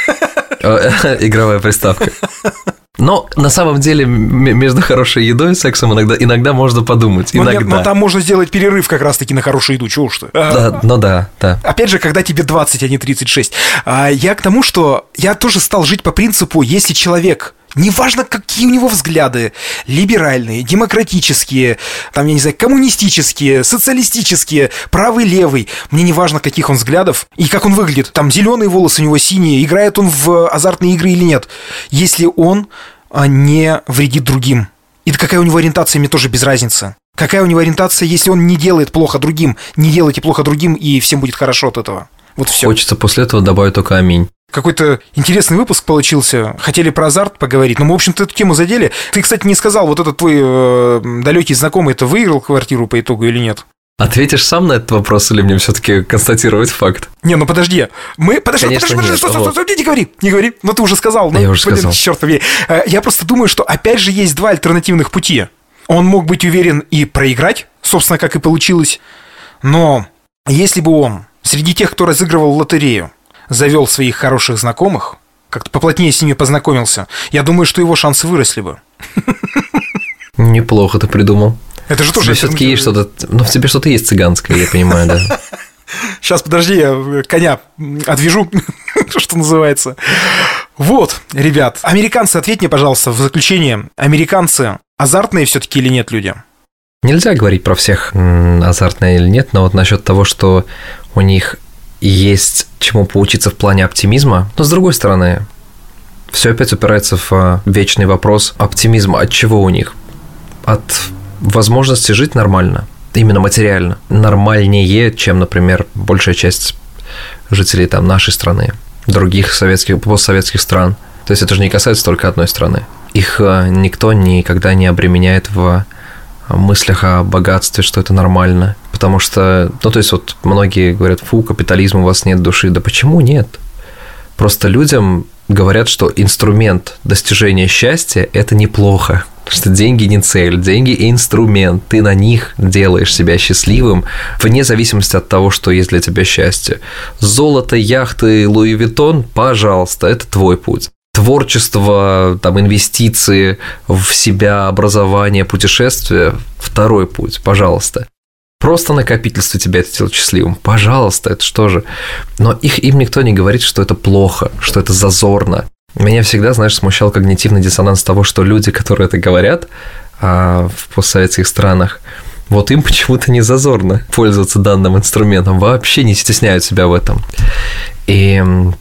Игровая приставка. Но на самом деле между хорошей едой и сексом иногда, иногда можно подумать. Но, иногда. Нет, но там можно сделать перерыв как раз-таки на хорошую еду, чего уж ты. Да, ну да, да. Опять же, когда тебе двадцать, а не тридцать шесть. Я к тому, что я тоже стал жить по принципу, если человек... Неважно, какие у него взгляды, либеральные, демократические, там, я не знаю, коммунистические, социалистические, правый, левый. Мне не важно, каких он взглядов и как он выглядит. Там зеленые волосы у него синие, играет он в азартные игры или нет. Если он не вредит другим. И какая у него ориентация, мне тоже без разницы. Какая у него ориентация, если он не делает плохо другим, не делайте плохо другим, и всем будет хорошо от этого. Вот все. Хочется после этого добавить только аминь. Какой-то интересный выпуск получился. Хотели про азарт поговорить, но мы, в общем-то, эту тему задели. Ты, кстати, не сказал, вот этот твой э, далекий знакомый, это выиграл квартиру по итогу или нет? Ответишь сам на этот вопрос, или мне все-таки констатировать факт? Не, ну подожди. Мы. Подожди, Конечно, подожди, подожди, нет, что, вот. что, что, не говори, не говори. Ну ты уже сказал. Ну, я уже блин, сказал. Черт побери. Я просто думаю, что опять же есть два альтернативных пути. Он мог быть уверен и проиграть, собственно, как и получилось. Но если бы он среди тех, кто разыгрывал лотерею, завел своих хороших знакомых, как-то поплотнее с ними познакомился, я думаю, что его шансы выросли бы. Неплохо ты придумал. Это же тоже... Все-таки есть что-то... Ну, в тебе что-то есть цыганское, я понимаю, да. Сейчас, подожди, я коня отвяжу, что называется. Вот, ребят, американцы, ответь мне, пожалуйста, в заключение. Американцы азартные все-таки или нет люди? Нельзя говорить про всех, азартные или нет, но вот насчет того, что у них есть чему поучиться в плане оптимизма, но с другой стороны, все опять упирается в вечный вопрос оптимизма. От чего у них? От возможности жить нормально, именно материально, нормальнее, чем, например, большая часть жителей там нашей страны, других советских, постсоветских стран. То есть это же не касается только одной страны. Их никто никогда не обременяет в мыслях о богатстве, что это нормально. Потому что, ну, то есть вот многие говорят, фу, капитализм, у вас нет души. Да почему нет? Просто людям говорят, что инструмент достижения счастья – это неплохо. Что деньги не цель, деньги инструмент. Ты на них делаешь себя счастливым, вне зависимости от того, что есть для тебя счастье. Золото, яхты, Луи Виттон, пожалуйста, это твой путь. Творчество, там, инвестиции в себя, образование, путешествия – второй путь, пожалуйста. Просто накопительство тебя это делает счастливым. Пожалуйста, это что же? Но их, им никто не говорит, что это плохо, что это зазорно. Меня всегда, знаешь, смущал когнитивный диссонанс того, что люди, которые это говорят а, в постсоветских странах, вот им почему-то не зазорно пользоваться данным инструментом, вообще не стесняют себя в этом. И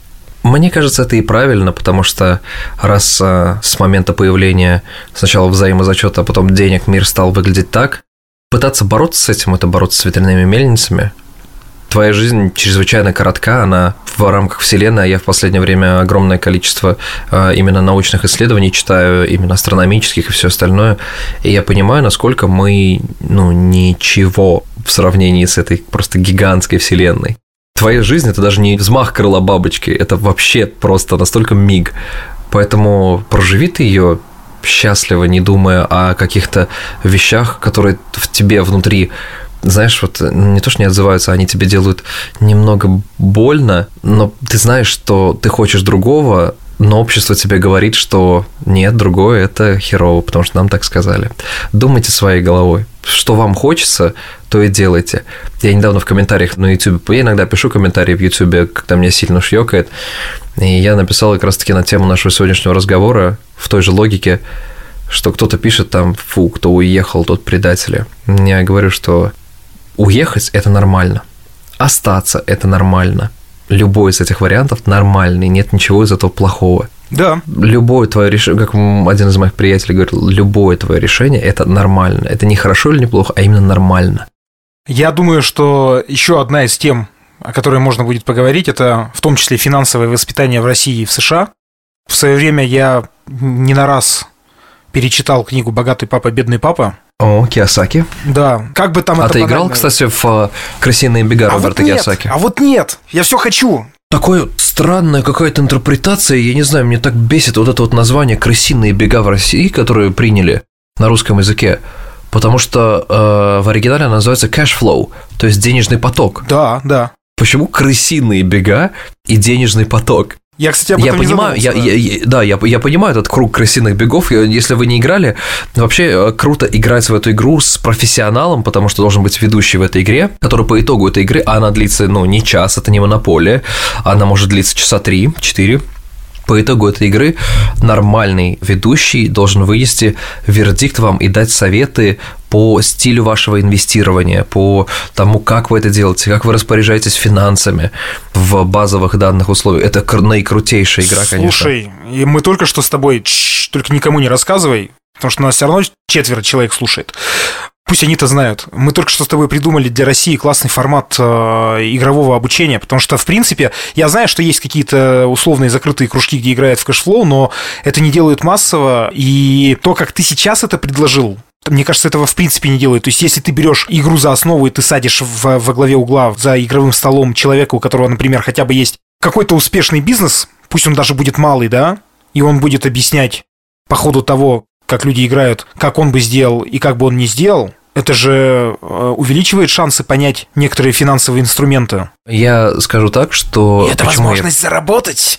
мне кажется, это и правильно, потому что раз а, с момента появления сначала взаимозачета, а потом денег мир стал выглядеть так, пытаться бороться с этим – это бороться с ветряными мельницами. Твоя жизнь чрезвычайно коротка, она в рамках Вселенной, а я в последнее время огромное количество именно научных исследований читаю, именно астрономических и все остальное, и я понимаю, насколько мы, ну, ничего в сравнении с этой просто гигантской Вселенной. Твоя жизнь – это даже не взмах крыла бабочки, это вообще просто настолько миг, поэтому проживи ты ее счастливо, не думая о каких-то вещах, которые в тебе внутри, знаешь, вот не то, что не отзываются, они тебе делают немного больно, но ты знаешь, что ты хочешь другого, но общество тебе говорит, что нет, другое – это херово, потому что нам так сказали. Думайте своей головой. Что вам хочется, то и делайте. Я недавно в комментариях на YouTube, я иногда пишу комментарии в YouTube, когда меня сильно шьёкает, и я написал как раз-таки на тему нашего сегодняшнего разговора в той же логике, что кто-то пишет там: фу, кто уехал, тот предатели. Я говорю, что уехать – это нормально, остаться – это нормально. Любой из этих вариантов нормальный, нет ничего из этого плохого. Да. Любое твое решение, как один из моих приятелей говорил, любое твое решение – это нормально. Это не хорошо или не плохо, а именно нормально. Я думаю, что еще одна из тем, о которой можно будет поговорить, это в том числе финансовое воспитание в России и в США. В свое время я не на раз перечитал книгу «Богатый папа, бедный папа». О, Кийосаки. Да. Как бы там а это ты играл, банально... кстати, в «Крысиные бега» Роберта а вот Кийосаки? А вот нет, я все хочу. Такое странная какая-то интерпретация, я не знаю, мне так бесит вот это вот название «Крысиные бега» в России, которые приняли на русском языке, потому что э, в оригинале она называется cash flow, то есть денежный поток. Да, да. Почему крысиные бега и денежный поток? Я, кстати, об я этом понимаю, не я, задумался. Я, я, да, я, я понимаю этот круг крысиных бегов. Если вы не играли, вообще круто играть в эту игру с профессионалом, потому что должен быть ведущий в этой игре, который по итогу этой игры, а она длится, ну, не час, это не монополия, она может длиться часа три-четыре. По итогу этой игры нормальный ведущий должен вынести вердикт вам и дать советы по стилю вашего инвестирования, по тому, как вы это делаете, как вы распоряжаетесь финансами в базовых данных условиях. Это наикрутейшая игра, конечно. Слушай, и мы только что с тобой, тш, только никому не рассказывай, потому что нас все равно четверо человек слушает. Пусть они-то знают. Мы только что с тобой придумали для России классный формат э, игрового обучения, потому что, в принципе, я знаю, что есть какие-то условные закрытые кружки, где играют в кэшфлоу, но это не делают массово, и то, как ты сейчас это предложил, мне кажется, этого в принципе не делают. То есть, если ты берешь игру за основу, и ты садишь в, во главе угла за игровым столом человека, у которого, например, хотя бы есть какой-то успешный бизнес, пусть он даже будет малый, да, и он будет объяснять по ходу того, как люди играют, как он бы сделал и как бы он не сделал, это же увеличивает шансы понять некоторые финансовые инструменты. Я скажу так, что... И это возможность я... заработать.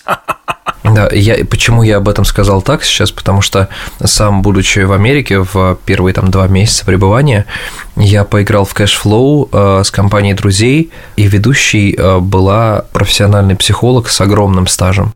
Да, я, почему я об этом сказал так сейчас, потому что сам, будучи в Америке в первые там два месяца пребывания, я поиграл в кэшфлоу э, с компанией друзей, и ведущей э, была профессиональный психолог с огромным стажем.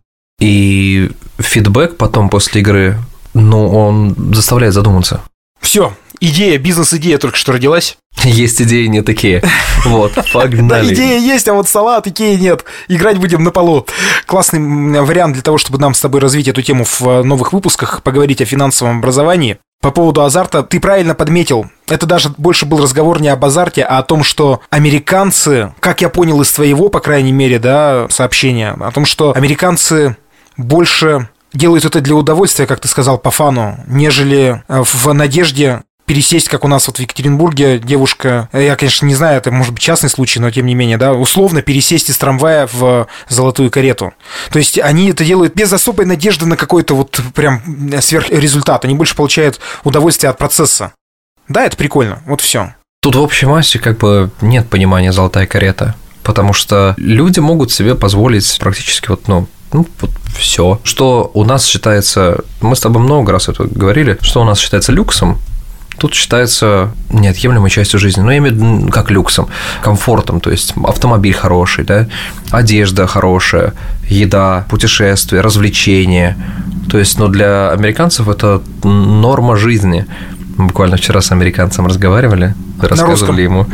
И фидбэк потом после игры, ну, он заставляет задуматься. Все, идея, бизнес-идея только что родилась. Есть идеи не такие. Вот, погнали. Да, идея есть, а вот салат, идеи нет. Играть будем на полу. Классный вариант для того, чтобы нам с тобой развить эту тему в новых выпусках, поговорить о финансовом образовании. По поводу азарта, ты правильно подметил. Это даже больше был разговор не об азарте, а о том, что американцы, как я понял из твоего, по крайней мере, да, сообщения, о том, что американцы больше делают это для удовольствия, как ты сказал, по фану, нежели в надежде пересесть, как у нас вот в Екатеринбурге девушка, я, конечно, не знаю, это может быть частный случай, но тем не менее, да, условно пересесть из трамвая в золотую карету. То есть они это делают без особой надежды на какой-то вот прям сверхрезультат. Они больше получают удовольствие от процесса. Да, это прикольно, вот все. Тут в общей массе как бы нет понимания «золотая карета», потому что люди могут себе позволить практически вот, ну, ну, вот все, что у нас считается, мы с тобой много раз это говорили, что у нас считается люксом, тут считается неотъемлемой частью жизни. Но я имею в виду как люксом, комфортом, то есть автомобиль хороший, да, одежда хорошая, еда, путешествия, развлечения. То есть, ну, для американцев это норма жизни. Мы буквально вчера с американцем разговаривали, рассказывали ему.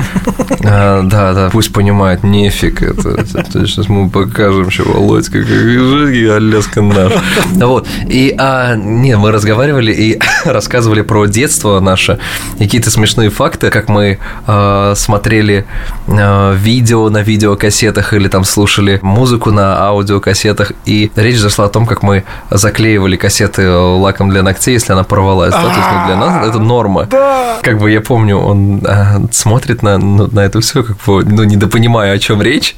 А, да, да, пусть понимает, нефиг это. это сейчас мы покажем, что Володька, как Аляска наш. Вот. И, а, не, мы разговаривали и рассказывали про детство наше, какие-то смешные факты, как мы а, смотрели а, видео на видеокассетах или там слушали музыку на аудиокассетах, и речь зашла о том, как мы заклеивали кассеты лаком для ногтей, если она порвалась. Да? То есть, ну, для нас это норма. Да. Как бы я помню, он а, смотрит на, на это все, как бы, ну, недопонимая, о чем речь.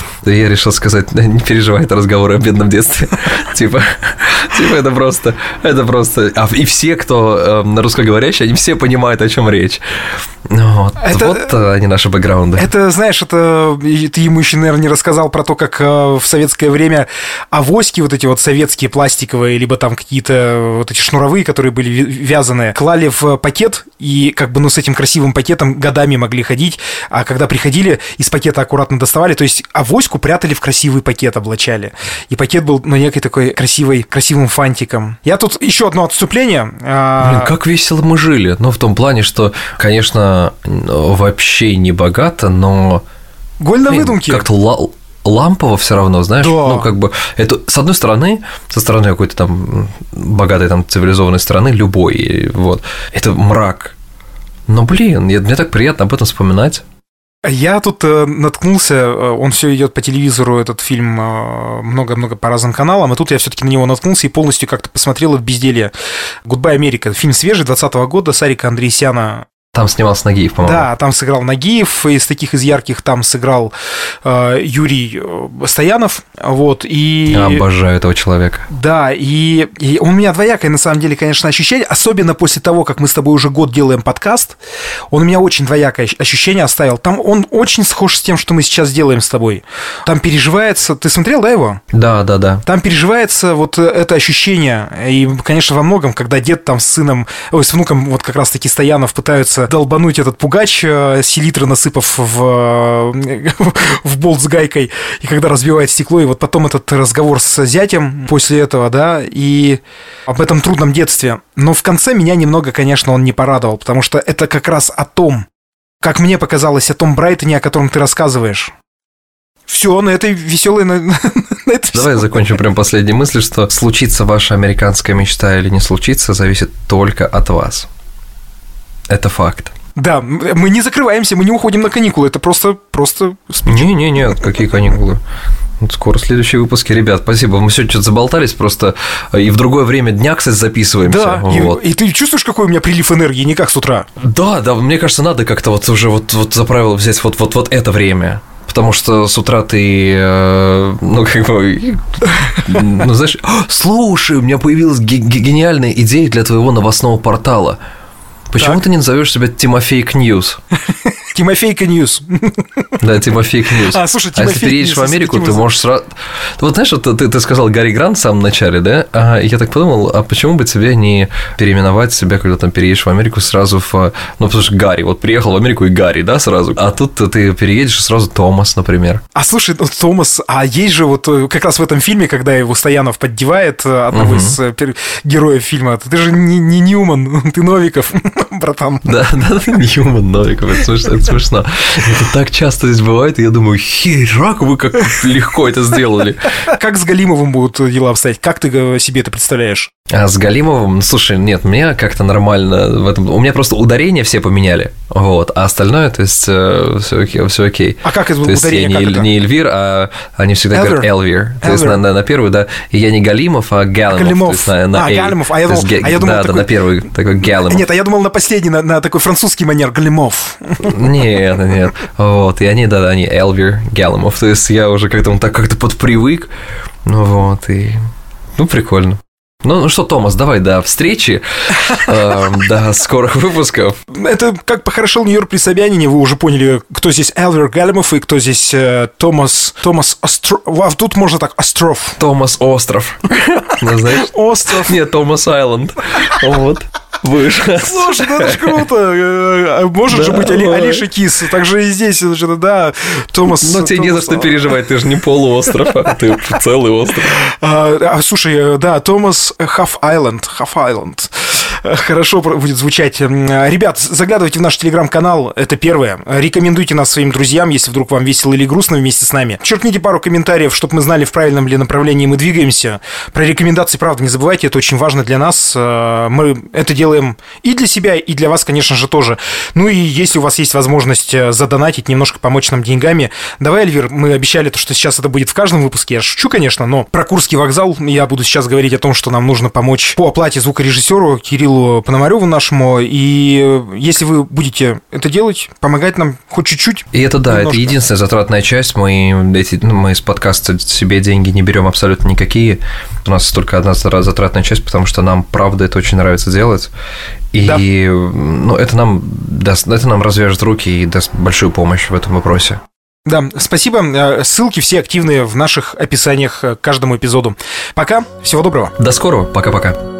Я решил сказать, не переживай, это разговоры о бедном детстве. Типа, типа это просто, это просто. А и все, кто русскоговорящие, они все понимают, о чем речь. Вот, это, вот они наши бэкграунды. Это, знаешь, это ты ему еще, наверное, не рассказал про то, как в советское время авоськи, вот эти вот советские пластиковые, либо там какие-то вот эти шнуровые, которые были вязаные, клали в пакет, и как бы, ну, с этим красивым пакетом годами могли ходить, а когда приходили, из пакета аккуратно доставали, то есть авоську прятали в красивый пакет, облачали. И пакет был, ну, некой такой красивой, красивым фантиком. Я тут еще одно отступление. Блин, как весело мы жили. Ну, в том плане, что, конечно, вообще не богато, но... Голь на выдумке. Как-то ла- лампово все равно, знаешь, да. Ну, как бы, это, с одной стороны, со стороны какой-то там богатой, там, цивилизованной страны, любой, вот, это мрак. Но, блин, мне так приятно об этом вспоминать. Я тут э, наткнулся, он все идет по телевизору, этот фильм, э, много-много по разным каналам, и тут я все-таки на него наткнулся и полностью как-то посмотрел в безделье. «Гудбай, Америка», фильм свежий, двадцатого года, Сарика Андреасяна. Там снимался Нагиев, по-моему. Да, там сыграл Нагиев, из таких из ярких там сыграл э, Юрий Стоянов, вот, и... Я обожаю этого человека. Да, и, и у меня двоякое, на самом деле, конечно, ощущение, особенно после того, как мы с тобой уже год делаем подкаст, он у меня очень двоякое ощущение оставил. Там он очень схож с тем, что мы сейчас делаем с тобой. Там переживается... Ты смотрел, да, его? Да, да, да. Там переживается вот это ощущение, и, конечно, во многом, когда дед там с сыном, ой, с внуком, вот как раз-таки Стоянов пытаются долбануть этот пугач, селитры насыпав в, в болт с гайкой, и когда разбивает стекло, и вот потом этот разговор с зятем после этого, да, и об этом трудном детстве. Но в конце меня немного, конечно, он не порадовал, потому что это как раз о том, как мне показалось, о том Брайтоне, о котором ты рассказываешь. Все, на этой веселой... На, на этой Давай веселой... закончим прям последней мыслью, что случится ваша американская мечта или не случится, зависит только от вас. Это факт. Да, мы не закрываемся, мы не уходим на каникулы, это просто... просто... Не-не-не, какие каникулы? Скоро следующие выпуски. Ребят, спасибо. Мы сегодня что-то заболтались просто, и в другое время дня, кстати, записываемся. Да, вот. и, и ты чувствуешь, какой у меня прилив энергии, не как с утра? Да, да, мне кажется, надо как-то вот уже вот, вот за правило взять вот, вот, вот это время. Потому что с утра ты, ну, как бы, ну, знаешь, слушай, у меня появилась гениальная идея для твоего новостного портала. Почему так. ты не назовешь себя Тимофейк Ньюс? Тимофейк Ньюс. Да, Тимофейк Ньюс. А, слушай, а если переедешь в Америку, ты можешь сразу... Вот знаешь, вот ты, ты сказал Гарри Грант в самом начале, да? А я так подумал, а почему бы тебе не переименовать себя, когда там переедешь в Америку, сразу в... Ну, потому что Гарри, вот приехал в Америку и Гарри, да, сразу? А тут ты переедешь и сразу Томас, например. А слушай, ну, Томас, а есть же вот как раз в этом фильме, когда его Стоянов поддевает, одного угу. из героев фильма, ты же не, не Ньюман, ты Новиков, братан. Да, да, ты Ньюман, Новиков, это смешно. Смешно. Это так часто здесь бывает, и я думаю, херак, вы как легко это сделали. Как с Галимовым будут дела обстоять? Как ты себе это представляешь? А с Галимовым, слушай, нет, мне как-то нормально в этом. У меня просто ударения все поменяли, вот, а остальное, то есть все окей, все окей. А как это то ударение? То есть я не, не Эльвир, а они всегда Элвер. говорят Элвир. То есть на, на, на первую, да. И я не Галимов, а Галимов. Галимов. То есть на, на а, A. Галимов. А я думал, есть, а я думал да, такой... да, на первый такой Галимов. Нет, а я думал на последний, на, на такой французский манер, Галимов. Нет, нет. Вот, и они, да, они Элвер Галимов. То есть я уже как-то так как-то подпривык. Ну вот, и... Ну, прикольно. Ну, ну что, Томас, давай до встречи, э, до скорых выпусков. Это как похорошел Нью-Йорк при Собянине, вы уже поняли, кто здесь Элвер Галимов и кто здесь э, Томас, Томас Остров. А тут можно так, Остров. Томас Остров. Ну, знаешь? Остров. Нет, Томас Айленд. Вот. Выше. Слушай, ну это ж круто. Может да, же быть Али, Алиша Кис. Также и здесь, да, Томас. Ну, тебе Томас... не за что переживать, ты же не полуостров, а ты целый остров. А, а, слушай, да, Томас Half Island. Half Island. Хорошо будет звучать. Ребят, заглядывайте в наш телеграм-канал, это первое. Рекомендуйте нас своим друзьям, если вдруг вам весело или грустно вместе с нами. Черкните пару комментариев, чтобы мы знали, в правильном ли направлении мы двигаемся. Про рекомендации, правда, не забывайте, это очень важно для нас. Мы это делаем и для себя, и для вас, конечно же, тоже. Ну и если у вас есть возможность задонатить, немножко помочь нам деньгами, давай, Эльвир, мы обещали, то, что сейчас это будет в каждом выпуске. Я шучу, конечно, но про Курский вокзал я буду сейчас говорить о том, что нам нужно помочь по оплате звукорежиссеру Кириллу Пономареву нашему, и если вы будете это делать, помогать нам хоть чуть-чуть. И это да, немножко. Это единственная затратная часть. Мы, эти, ну, мы из подкаста себе деньги не берем абсолютно никакие. У нас только одна затратная часть, потому что нам, правда, это очень нравится делать. И да. ну, это, нам даст, это нам развяжет руки и даст большую помощь в этом вопросе. Да, спасибо. Ссылки все активные в наших описаниях к каждому эпизоду. Пока, всего доброго. До скорого, пока-пока.